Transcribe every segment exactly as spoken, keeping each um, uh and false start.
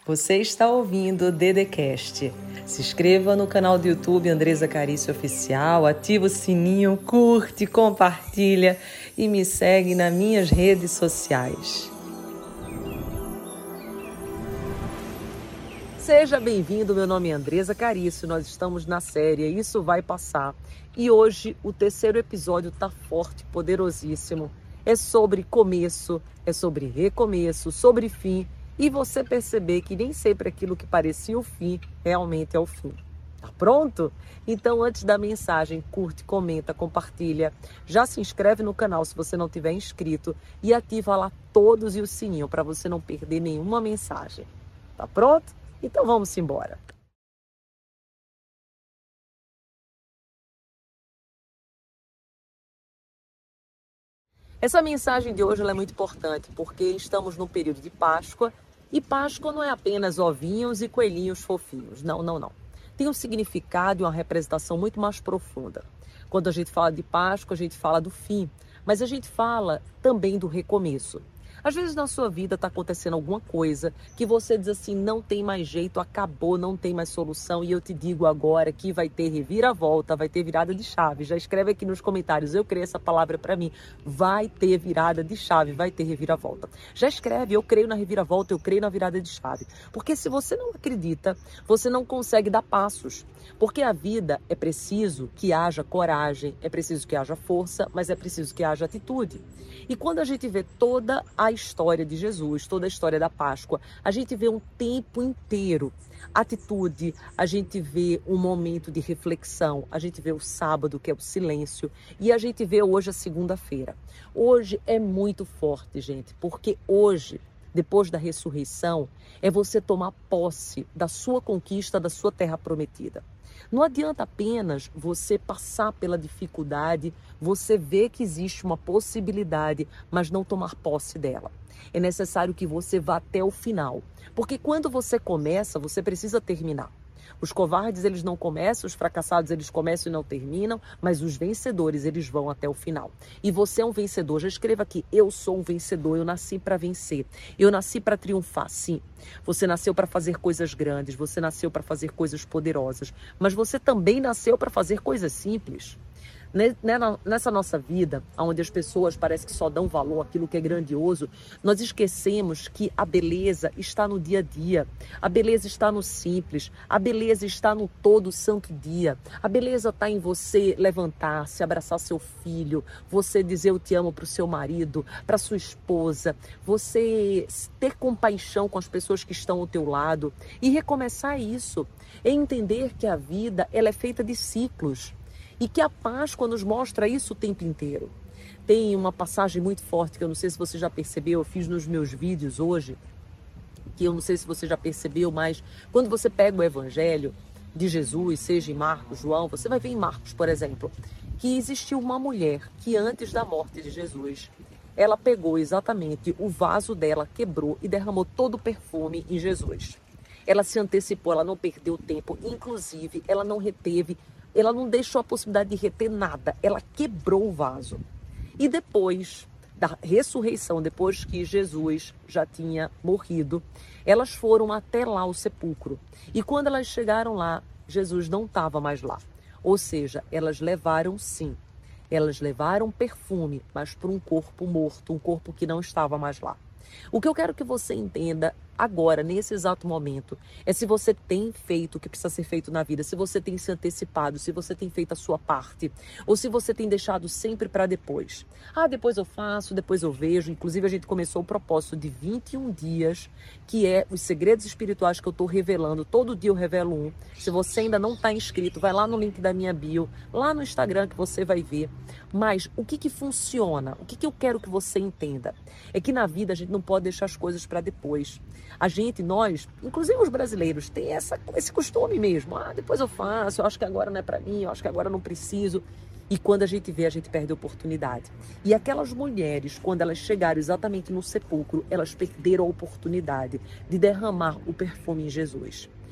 Você está ouvindo o Dedecast. Se inscreva no canal do YouTube Andresa Carício Oficial, ativa o sininho, curte, compartilha e me segue nas minhas redes sociais. Seja bem-vindo, meu nome é Andresa Carício, nós estamos na série Isso Vai Passar e hoje o terceiro episódio está forte, poderosíssimo. É sobre começo, é sobre recomeço, sobre fim e você perceber que nem sempre aquilo que parecia o fim realmente é o fim. Tá pronto? Então, antes da mensagem, curte, comenta, compartilha. Já se inscreve no canal se você não tiver inscrito e ativa lá todos e o sininho para você não perder nenhuma mensagem. Tá pronto? Então vamos embora. Essa mensagem de hoje ela é muito importante porque estamos no período de Páscoa e Páscoa não é apenas ovinhos e coelhinhos fofinhos. Não, não, não. Tem um significado e uma representação muito mais profunda. Quando a gente fala de Páscoa, a gente fala do fim, mas a gente fala também do recomeço. Às vezes na sua vida está acontecendo alguma coisa que você diz assim, não tem mais jeito, acabou, não tem mais solução. E eu te digo agora que vai ter reviravolta, vai ter virada de chave. Já escreve aqui nos comentários, eu creio essa palavra para mim. Vai ter virada de chave, vai ter reviravolta. Já escreve, eu creio na reviravolta, eu creio na virada de chave. Porque se você não acredita, você não consegue dar passos. Porque a vida é preciso que haja coragem, é preciso que haja força, mas é preciso que haja atitude. E quando a gente vê toda a história de Jesus, toda a história da Páscoa, a gente vê um tempo inteiro atitude, a gente vê um momento de reflexão, a gente vê o sábado, que é o silêncio, e a gente vê hoje a segunda-feira. Hoje é muito forte, gente, porque hoje, depois da ressurreição, é você tomar posse da sua conquista, da sua terra prometida. Não adianta apenas você passar pela dificuldade, você ver que existe uma possibilidade, mas não tomar posse dela. É necessário que você vá até o final, porque quando você começa, você precisa terminar. Os covardes, eles não começam, os fracassados, eles começam e não terminam, mas os vencedores, eles vão até o final. E você é um vencedor. Já escreva aqui, eu sou um vencedor, eu nasci para vencer. Eu nasci para triunfar, sim. Você nasceu para fazer coisas grandes, você nasceu para fazer coisas poderosas, mas você também nasceu para fazer coisas simples. Nessa nossa vida, onde as pessoas parecem que só dão valor àquilo que é grandioso, nós esquecemos que a beleza está no dia a dia, a beleza está no simples, a beleza está no todo santo dia. A beleza está em você levantar-se, abraçar seu filho, você dizer eu te amo para o seu marido, para sua esposa, você ter compaixão com as pessoas que estão ao teu lado e recomeçar isso, é entender que a vida ela é feita de ciclos. E que a Páscoa nos mostra isso o tempo inteiro. Tem uma passagem muito forte que eu não sei se você já percebeu, eu fiz nos meus vídeos hoje, que eu não sei se você já percebeu, mas quando você pega o Evangelho de Jesus, seja em Marcos, João, você vai ver em Marcos, por exemplo, que existiu uma mulher que antes da morte de Jesus, ela pegou exatamente o vaso dela, quebrou e derramou todo o perfume em Jesus. Ela se antecipou, ela não perdeu tempo, inclusive ela não reteve, ela não deixou a possibilidade de reter nada, ela quebrou o vaso. E depois da ressurreição, depois que Jesus já tinha morrido, elas foram até lá o sepulcro. E quando elas chegaram lá, Jesus não estava mais lá. Ou seja, elas levaram sim, elas levaram perfume, mas para um corpo morto, um corpo que não estava mais lá. O que eu quero que você entenda agora, nesse exato momento, é se você tem feito o que precisa ser feito na vida, se você tem se antecipado, se você tem feito a sua parte, ou se você tem deixado sempre para depois. Ah, depois eu faço, depois eu vejo. Inclusive, a gente começou o propósito de vinte e um dias, que é os segredos espirituais que eu estou revelando. Todo dia eu revelo um. Se você ainda não está inscrito, vai lá no link da minha bio, lá no Instagram que você vai ver. Mas o que que funciona? O que que eu quero que você entenda? É que na vida a gente não pode deixar as coisas para depois. A gente, nós, inclusive os brasileiros, tem essa, esse costume mesmo. Ah, depois eu faço, eu acho que agora não é para mim, eu acho que agora eu não preciso. E quando a gente vê, a gente perde a oportunidade. E aquelas mulheres, quando elas chegaram exatamente no sepulcro, elas perderam a oportunidade de derramar o perfume em Jesus.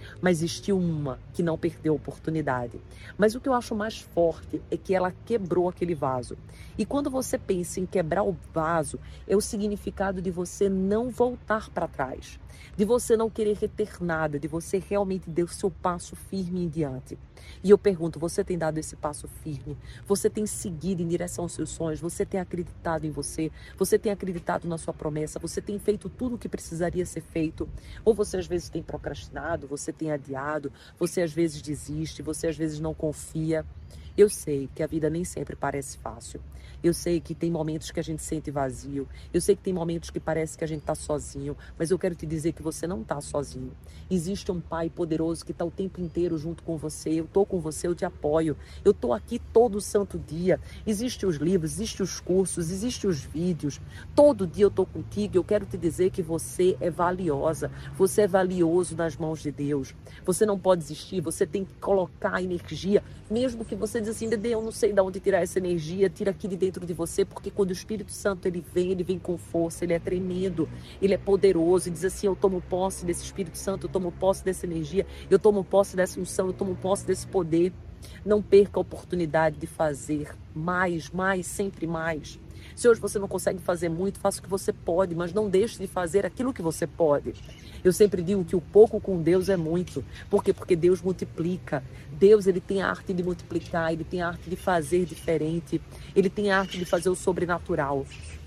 mas existiu uma que não perdeu a oportunidade. Mas o que eu acho mais forte é que ela quebrou aquele vaso. E quando você pensa em quebrar o vaso, é o significado de você não voltar para trás, de você não querer reter nada, de você realmente dar o seu passo firme em diante. E eu pergunto, você tem dado esse passo firme? Você tem seguido em direção aos seus sonhos? Você tem acreditado em você? Você tem acreditado na sua promessa? Você tem feito tudo o que precisaria ser feito? Ou você às vezes tem procrastinado, você tem adiado, você às vezes desiste, você às vezes não confia? Eu sei que a vida nem sempre parece fácil. Eu sei que tem momentos que a gente sente vazio. Eu sei que tem momentos que parece que a gente está sozinho. Mas eu quero te dizer que você não está sozinho. Existe um Pai poderoso que está o tempo inteiro junto com você. Eu estou com você, eu te apoio. Eu estou aqui todo santo dia. Existem os livros, existem os cursos, existem os vídeos. Todo dia eu estou contigo. Eu quero te dizer que você é valiosa. Você é valioso nas mãos de Deus. Você não pode desistir. Você tem que colocar energia. Mesmo que você diz assim, Dedê, eu não sei de onde tirar essa energia. Tira aqui de dentro de você, porque quando o Espírito Santo ele vem, ele vem com força, ele é tremendo, ele é poderoso, e diz assim, eu tomo posse desse Espírito Santo, eu tomo posse dessa energia, eu tomo posse dessa unção, eu tomo posse desse poder. Não perca a oportunidade de fazer mais, mais, sempre mais. Se hoje você não consegue fazer muito, faça o que você pode, mas não deixe de fazer aquilo que você pode. Eu sempre digo que o pouco com Deus é muito. Por quê? Porque Deus multiplica. Deus ele tem a arte de multiplicar, ele tem a arte de fazer diferente, ele tem a arte de fazer o sobrenatural.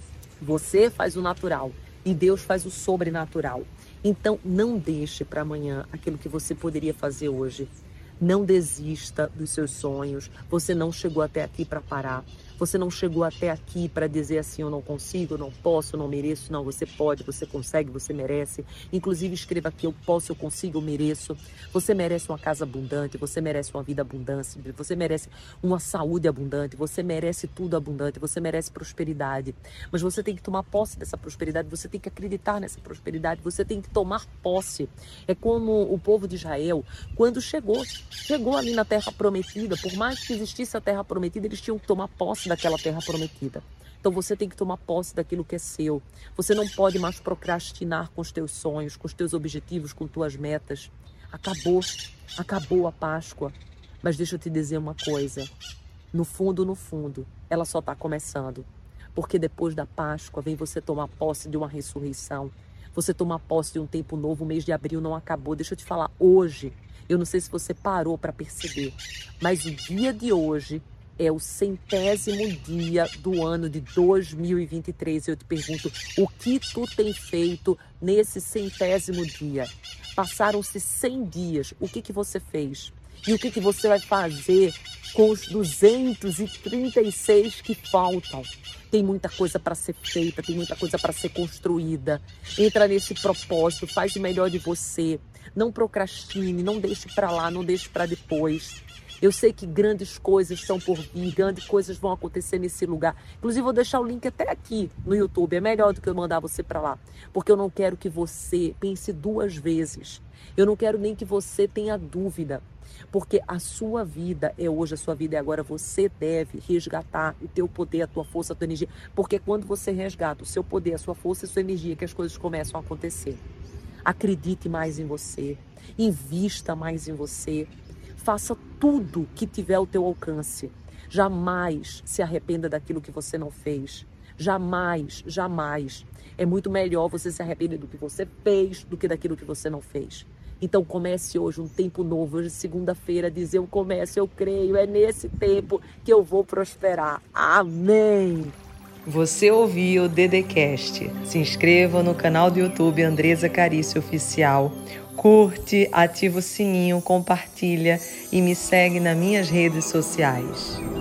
Você faz o natural e Deus faz o sobrenatural. Então, não deixe para amanhã aquilo que você poderia fazer hoje. Não desista dos seus sonhos. Você não chegou até aqui para parar. Você não chegou até aqui para dizer assim, eu não consigo, eu não posso, eu não mereço. Não, você pode, você consegue, você merece. Inclusive, escreva aqui, eu posso, eu consigo, eu mereço. Você merece uma casa abundante, você merece uma vida abundante, você merece uma saúde abundante, você merece tudo abundante, você merece prosperidade. Mas você tem que tomar posse dessa prosperidade, você tem que acreditar nessa prosperidade, você tem que tomar posse. É como o povo de Israel, quando chegou, chegou ali na terra prometida, por mais que existisse a terra prometida, eles tinham que tomar posse daquela terra prometida. Então você tem que tomar posse daquilo que é seu. Você não pode mais procrastinar com os teus sonhos, com os teus objetivos, com tuas metas. Acabou, acabou a Páscoa. Mas deixa eu te dizer uma coisa. No fundo, no fundo, ela só está começando. Porque depois da Páscoa vem você tomar posse de uma ressurreição. Você tomar posse de um tempo novo. O mês de abril não acabou. Deixa eu te falar, hoje, eu não sei se você parou para perceber, mas o dia de hoje é o centésimo dia do ano de dois mil e vinte e três. Eu te pergunto, o que tu tem feito nesse centésimo dia? Passaram-se cem dias, o que que você fez? E o que que você vai fazer com os duzentos e trinta e seis que faltam? Tem muita coisa para ser feita, tem muita coisa para ser construída. Entra nesse propósito, faz o melhor de você. Não procrastine, não deixe para lá, não deixe para depois. Eu sei que grandes coisas estão por vir, grandes coisas vão acontecer nesse lugar. Inclusive, vou deixar o link até aqui no YouTube. É melhor do que eu mandar você para lá. Porque eu não quero que você pense duas vezes. Eu não quero nem que você tenha dúvida. Porque a sua vida é hoje, a sua vida é agora. Você deve resgatar o teu poder, a tua força, a tua energia. Porque quando você resgata o seu poder, a sua força e a sua energia, que as coisas começam a acontecer. Acredite mais em você. Invista mais em você. Faça tudo que tiver ao teu alcance. Jamais se arrependa daquilo que você não fez. Jamais, jamais. É muito melhor você se arrepender do que você fez do que daquilo que você não fez. Então comece hoje um tempo novo. Hoje, segunda-feira, dizer eu começo, eu creio. É nesse tempo que eu vou prosperar. Amém. Você ouviu o Dedecast. Se inscreva no canal do YouTube Andresa Carício Oficial. Curte, ativa o sininho, compartilha e me segue nas minhas redes sociais.